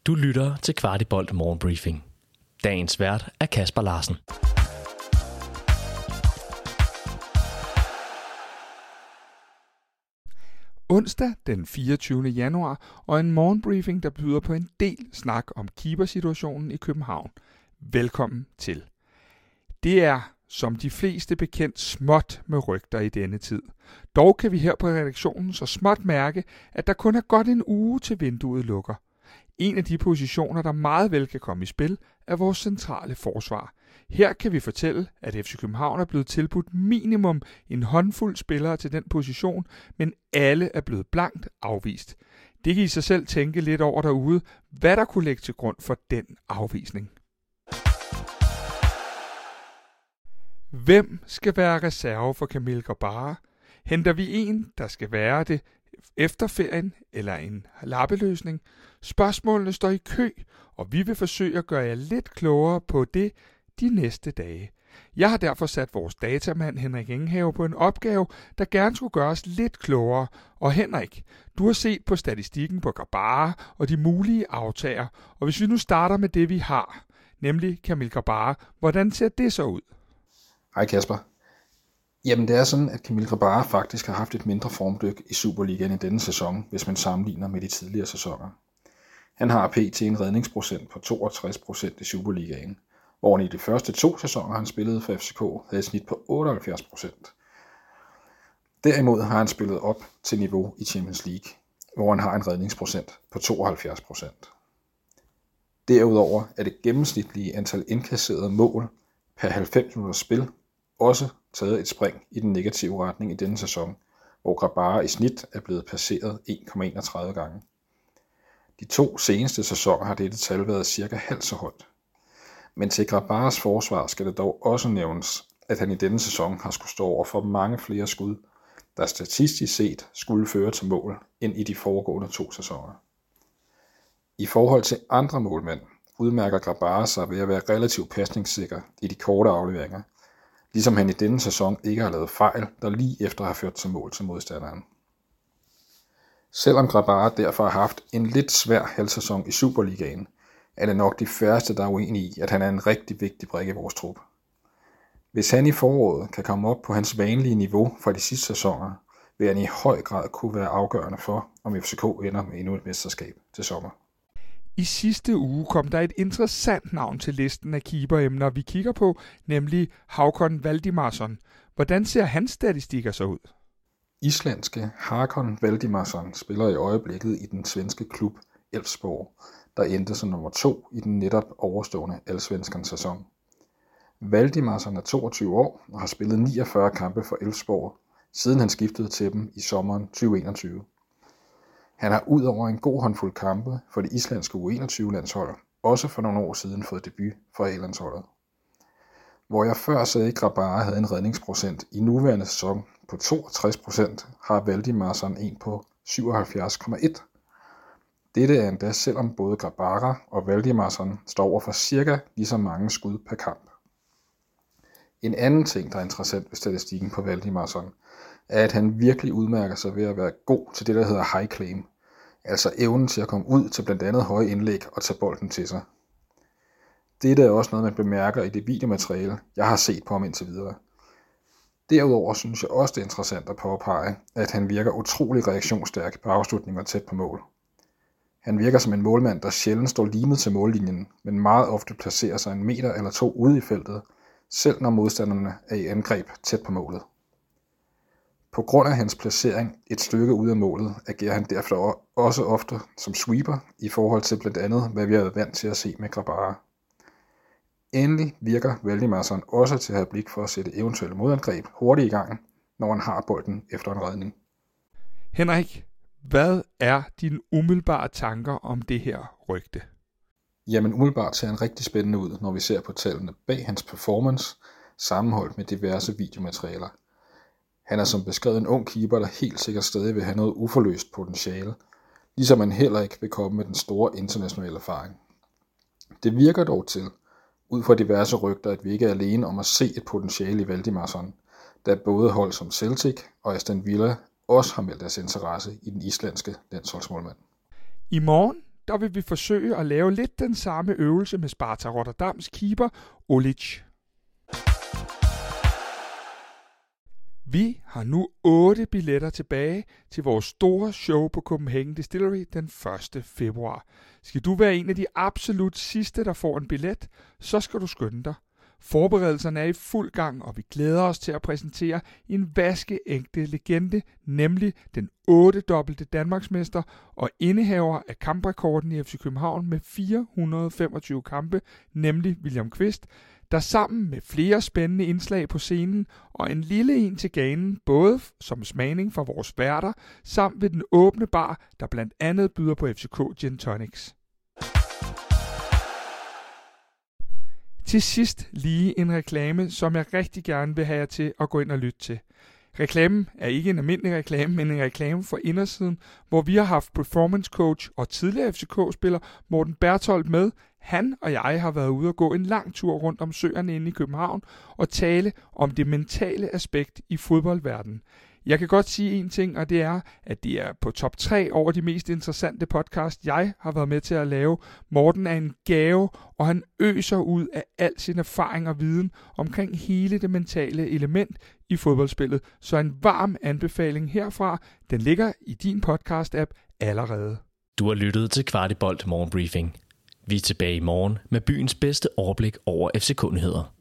Du lytter til Kvartibolt Morgenbriefing. Dagens vært er Kasper Larsen. Onsdag den 24. januar og en morgenbriefing, der byder på en del snak om keepersituationen i København. Velkommen til. Det er, som de fleste bekendt, småt med rygter i denne tid. Dog kan vi her på redaktionen så småt mærke, at der kun er godt en uge til vinduet lukker. En af de positioner, der meget vel kan komme i spil, er vores centrale forsvar. Her kan vi fortælle, at FC København er blevet tilbudt minimum en håndfuld spillere til den position, men alle er blevet blankt afvist. Det kan I sig selv tænke lidt over derude, hvad der kunne lægge til grund for den afvisning. Hvem skal være reserve for Kamil Grabara? Henter vi en, der skal være det efter ferien, eller en lappeløsning? Spørgsmålene står i kø, og vi vil forsøge at gøre jer lidt klogere på det de næste dage. Jeg har derfor sat vores datamand Henrik Engehave på en opgave, der gerne skulle gøre os lidt klogere. Og Henrik, du har set på statistikken på Grabara og de mulige aftager, og hvis vi nu starter med det vi har, nemlig Kamil Grabara, hvordan ser det så ud? Hej Kasper. Jamen det er sådan, at Kamil Grabara faktisk har haft et mindre formdyk i Superligaen i denne sæson, hvis man sammenligner med de tidligere sæsoner. Han har pt. En redningsprocent på 62% i Superligaen, hvor han i de første 2 sæsoner, han spillede for FCK, havde et snit på 78%. Derimod har han spillet op til niveau i Champions League, hvor han har en redningsprocent på 72%. Derudover er det gennemsnitlige antal indkasserede mål per 90 minutters spil også taget et spring i den negative retning i denne sæson, hvor Grabara i snit er blevet passeret 1,31 gange. De 2 seneste sæsoner har dette tal været cirka halvt så højt. Men til Grabaras forsvar skal det dog også nævnes, at han i denne sæson har skulle stå over for mange flere skud, der statistisk set skulle føre til mål end i de foregående 2 sæsoner. I forhold til andre målmænd udmærker Grabara sig ved at være relativt pasningssikker i de korte afleveringer, ligesom han i denne sæson ikke har lavet fejl, der lige efter har ført til mål til modstanderen. Selvom Grabara derfor har haft en lidt svær halvsæson i Superligaen, er det nok de færreste, der er uenige i, at han er en rigtig vigtig brik i vores trup. Hvis han i foråret kan komme op på hans vanlige niveau fra de sidste sæsoner, vil han i høj grad kunne være afgørende for, om FCK ender med endnu et mesterskab til sommer. I sidste uge kom der et interessant navn til listen af keeperemner, vi kigger på, nemlig Hákon Valdimarsson. Hvordan ser hans statistikker så ud? Islandske Hákon Valdimarsson spiller i øjeblikket i den svenske klub Elfsborg, der endte som nummer 2 i den netop overstående Allsvenskan sæson. Valdimarsson er 22 år og har spillet 49 kampe for Elfsborg, siden han skiftede til dem i sommeren 2021. Han har ud over en god håndfuld kampe for det islandske U21-landshold, også for nogle år siden fået debut for A-landsholdet. Hvor jeg før sagde, at Grabara havde en redningsprocent i nuværende sæson på 62%, har Valdimarsson en på 77,1%. Dette er endda selvom både Grabara og Valdimarsson står over for cirka lige så mange skud per kamp. En anden ting, der er interessant ved statistikken på Valdimarsson, er, at han virkelig udmærker sig ved at være god til det, der hedder high claim, altså evnen til at komme ud til blandt andet høje indlæg og tage bolden til sig. Dette er også noget, man bemærker i det videomateriale, jeg har set på ham indtil videre. Derudover synes jeg også, det er interessant at påpege, at han virker utrolig reaktionsstærk på afslutninger tæt på mål. Han virker som en målmand, der sjældent står limet til mållinjen, men meget ofte placerer sig 1 meter eller 2 ude i feltet, selv når modstanderne er i angreb tæt på målet. På grund af hans placering et stykke ude af målet, agerer han derfor også ofte som sweeper i forhold til blandt andet, hvad vi har været vant til at se med Grabara. Endelig virker Valdimarsson også til at have blik for at sætte eventuelle modangreb hurtigt i gang, når han har bolden efter en redning. Henrik, hvad er dine umiddelbare tanker om det her rygte? Jamen umiddelbart ser han rigtig spændende ud, når vi ser på tallene bag hans performance, sammenholdt med diverse videomaterialer. Han er som beskrevet en ung keeper, der helt sikkert stadig vil have noget uforløst potentiale, ligesom han heller ikke vil komme med den store internationale erfaring. Det virker dog til, ud fra diverse rygter, at vi ikke er alene om at se et potentiale i Valdimarsson, da både hold som Celtic og Aston Villa også har meldt deres interesse i den islandske landsholdsmålmand. I morgen der vil vi forsøge at lave lidt den samme øvelse med Sparta Rotterdams keeper Olic. Vi har nu 8 billetter tilbage til vores store show på Copenhagen Distillery den 1. februar. Skal du være en af de absolut sidste, der får en billet, så skal du skynde dig. Forberedelserne er i fuld gang, og vi glæder os til at præsentere en vaskeægte legende, nemlig den 8-dobbelte Danmarksmester og indehaver af kamprekorden i FC København med 425 kampe, nemlig William Kvist, der sammen med flere spændende indslag på scenen og en lille en til ganen, både som smagning for vores værter, samt ved den åbne bar, der blandt andet byder på FCK Gin Tonics. Til sidst lige en reklame, som jeg rigtig gerne vil have jer til at gå ind og lytte til. Reklamen er ikke en almindelig reklame, men en reklame for Indersiden, hvor vi har haft performance coach og tidligere FCK-spiller Morten Berthold med. Han og jeg har været ude og gå en lang tur rundt om søerne inde i København og tale om det mentale aspekt i fodboldverdenen. Jeg kan godt sige en ting, og det er, at det er på top 3 over de mest interessante podcast, jeg har været med til at lave. Morten er en gave, og han øser ud af al sin erfaring og viden omkring hele det mentale element i fodboldspillet. Så en varm anbefaling herfra, den ligger i din podcast-app allerede. Du har lyttet til Kvartibolt Morgenbriefing. Vi er tilbage i morgen med byens bedste overblik over FCK-nyheder.